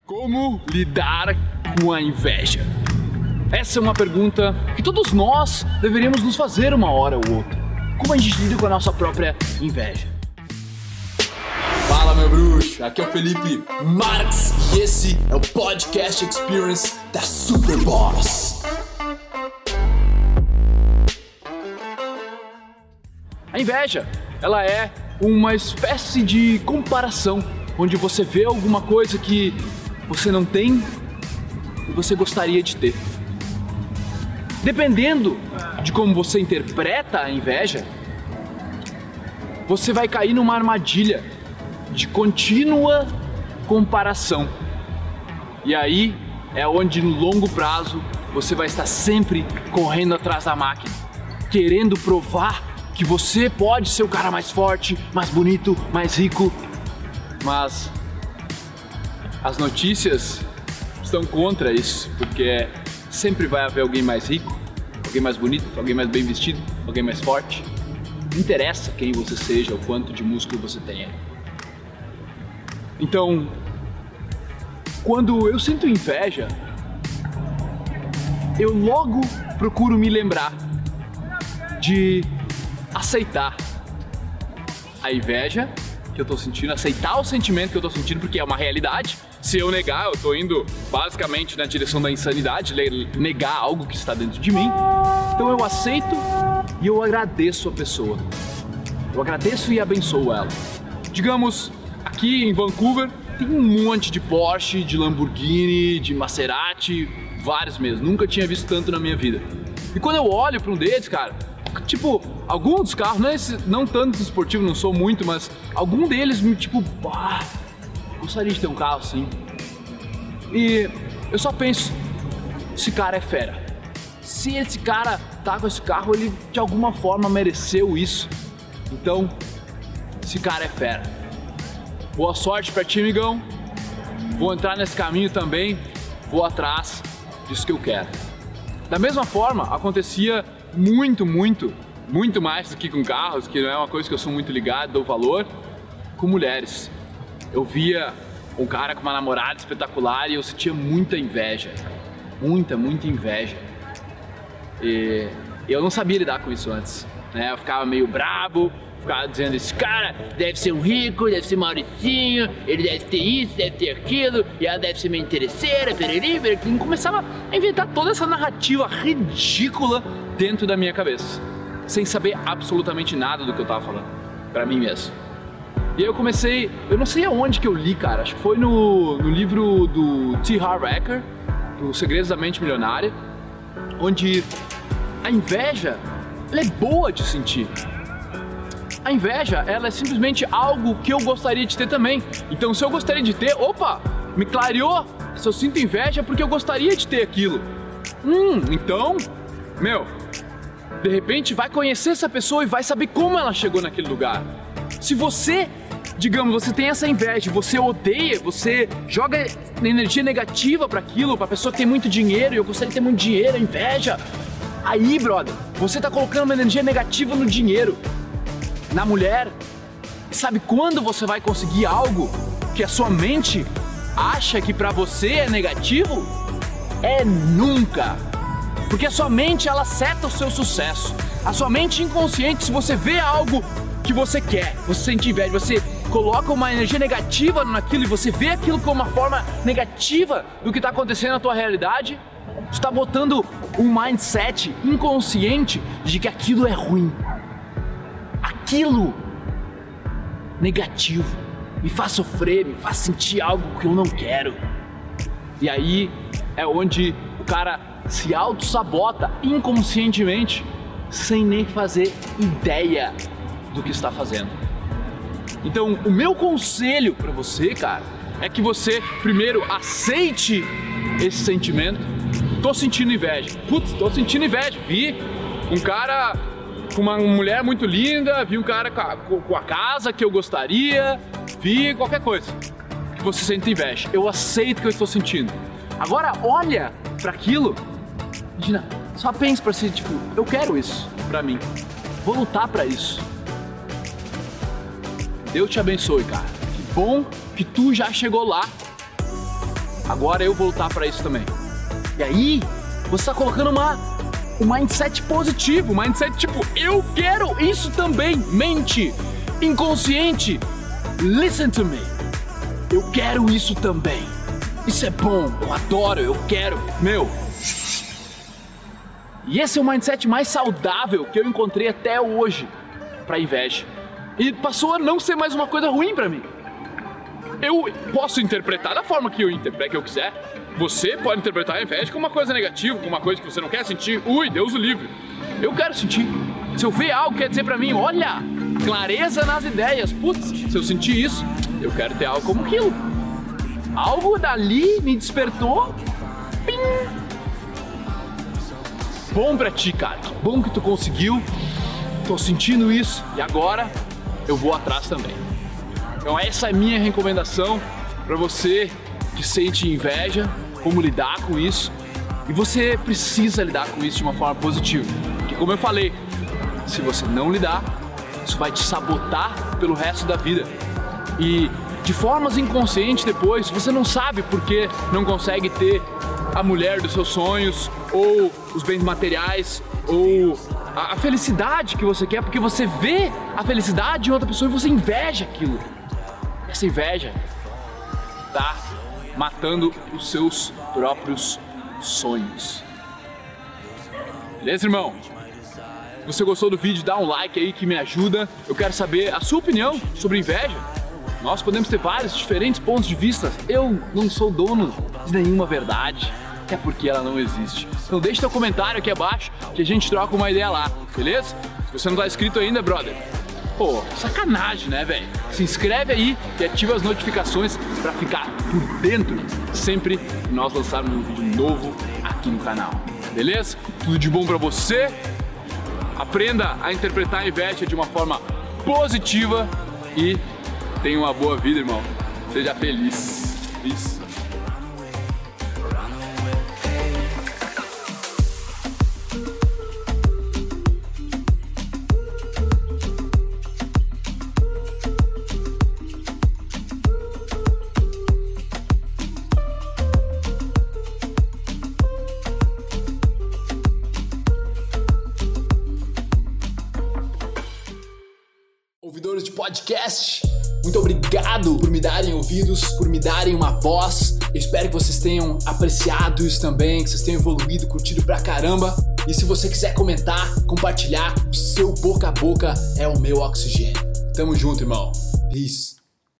Como lidar com a inveja? Essa é uma pergunta que todos nós deveríamos nos fazer uma hora ou outra. Como a gente lida com a nossa própria inveja? Fala, meu bruxo! Aqui é o Felipe Marques e esse é o Podcast Experience da Superboss. A inveja, ela é uma espécie de comparação, onde você vê alguma coisa que você não tem e você gostaria de ter. Dependendo de como você interpreta a inveja, você vai cair numa armadilha de contínua comparação. E aí é onde no longo prazo você vai estar sempre correndo atrás da máquina, querendo provar que você pode ser o cara mais forte, mais bonito, mais rico, mas as notícias estão contra isso, porque sempre vai haver alguém mais rico, alguém mais bonito, alguém mais bem vestido, alguém mais forte. Não interessa quem você seja, o quanto de músculo você tenha. Então, quando eu sinto inveja, eu logo procuro me lembrar de aceitar a inveja que eu tô sentindo, aceitar o sentimento que eu tô sentindo, porque é uma realidade. Se eu negar, eu tô indo basicamente na direção da insanidade, negar algo que está dentro de mim. Então eu aceito e eu agradeço a pessoa. Eu agradeço e abençoo ela. Digamos, aqui em Vancouver tem um monte de Porsche, de Lamborghini, de Maserati, vários mesmo. Nunca tinha visto tanto na minha vida. E quando eu olho para um deles, cara, tipo, algum dos carros, não tanto esportivo, não sou muito, mas algum deles me tipo, gostaria de ter um carro assim. E eu só penso, esse cara é fera. Se esse cara tá com esse carro, ele de alguma forma mereceu isso. Então, esse cara é fera. Boa sorte pra ti, amigão. Vou entrar nesse caminho também, vou atrás disso que eu quero. Da mesma forma, acontecia muito mais do que com carros, que não é uma coisa que eu sou muito ligado, dou valor, com mulheres. Eu via um cara com uma namorada espetacular e eu sentia muita inveja, muita inveja. E eu não sabia lidar com isso antes, né? Eu ficava meio brabo, ficava dizendo, esse cara deve ser um rico, deve ser Mauricinho, ele deve ter isso, deve ter aquilo, e ela deve ser meio interesseira, pereri. Começava a inventar toda essa narrativa ridícula dentro da minha cabeça, sem saber absolutamente nada do que eu tava falando, pra mim mesmo. E aí eu comecei, eu não sei aonde que eu li, cara, acho que foi no livro do T. Harv Eker, do Segredos da Mente Milionária, onde a inveja, ela é boa de sentir. A inveja, ela é simplesmente algo que eu gostaria de ter também. Então, se eu gostaria de ter, me clareou. Se eu sinto inveja é porque eu gostaria de ter aquilo. Então, de repente vai conhecer essa pessoa e vai saber como ela chegou naquele lugar. Se você, digamos, você tem essa inveja, você odeia, você joga energia negativa para aquilo, para a pessoa que tem muito dinheiro, e eu gostaria de ter muito dinheiro, inveja. Aí, brother, você tá colocando uma energia negativa no dinheiro, na mulher. Sabe quando você vai conseguir algo que a sua mente acha que pra você é negativo? É nunca. Porque a sua mente, ela seta o seu sucesso. A sua mente inconsciente, se você vê algo que você quer, você sente inveja, você coloca uma energia negativa naquilo e você vê aquilo como uma forma negativa do que está acontecendo na tua realidade, você está botando um mindset inconsciente de que aquilo é ruim. Aquilo negativo me faz sofrer, me faz sentir algo que eu não quero. E aí é onde o cara se auto-sabota inconscientemente, sem nem fazer ideia do que está fazendo. Então, o meu conselho para você, cara, é que você primeiro aceite esse sentimento. Tô sentindo inveja. Tô sentindo inveja. Vi um cara com uma mulher muito linda, vi um cara com a casa que eu gostaria, vi qualquer coisa que você sente inveja. Eu aceito o que eu estou sentindo. Agora olha para aquilo, imagina, só pensa para si, tipo, eu quero isso para mim, vou lutar para isso. Deus te abençoe, cara. Que bom que tu já chegou lá. agora eu vou lutar pra isso também. E aí, você tá colocando um mindset positivo, um mindset tipo, eu quero isso também. Mente inconsciente, listen to me. Eu quero isso também. Isso é bom, eu adoro, eu quero, meu. E esse é o mindset mais saudável que eu encontrei até hoje pra inveja. E passou a não ser mais uma coisa ruim pra mim. Eu posso interpretar da forma que eu quiser. Você pode interpretar a inveja como uma coisa negativa, como uma coisa que você não quer sentir. Ui, Deus o livre. Eu quero sentir. Se eu ver algo, quer dizer pra mim, olha, clareza nas ideias. Putz, se eu sentir isso, eu quero ter algo como aquilo. Algo dali me despertou. Pim. Bom pra ti, cara. Que bom que tu conseguiu. Tô sentindo isso. E agora eu vou atrás também. Então essa é a minha recomendação pra você que sente inveja, como lidar com isso. E você precisa lidar com isso de uma forma positiva. Porque como eu falei, se você não lidar, isso vai te sabotar pelo resto da vida. E de formas inconscientes depois, você não sabe por que não consegue ter a mulher dos seus sonhos, ou os bens materiais, ou a felicidade que você quer, porque você vê a felicidade em outra pessoa e você inveja aquilo. Essa inveja tá matando os seus próprios sonhos. Beleza, irmão? Se você gostou do vídeo, dá um like aí que me ajuda. Eu quero saber a sua opinião sobre inveja. Nós podemos ter vários diferentes pontos de vista. Eu não sou dono de nenhuma verdade, até porque ela não existe. Então deixa teu comentário aqui abaixo que a gente troca uma ideia lá, beleza? Se você não tá inscrito ainda, brother, pô, sacanagem, né, velho? Se inscreve aí e ativa as notificações pra ficar por dentro sempre que nós lançarmos um vídeo novo aqui no canal, beleza? Tudo de bom pra você. Aprenda a interpretar a inveja de uma forma positiva e tenha uma boa vida, irmão. Seja feliz. Isso. Ouvidores de podcast, muito obrigado por me darem ouvidos, por me darem uma voz. Eu espero que vocês tenham apreciado isso também, que vocês tenham evoluído, curtido pra caramba. E se você quiser comentar, compartilhar, o seu boca a boca é o meu oxigênio. Tamo junto, irmão. Peace.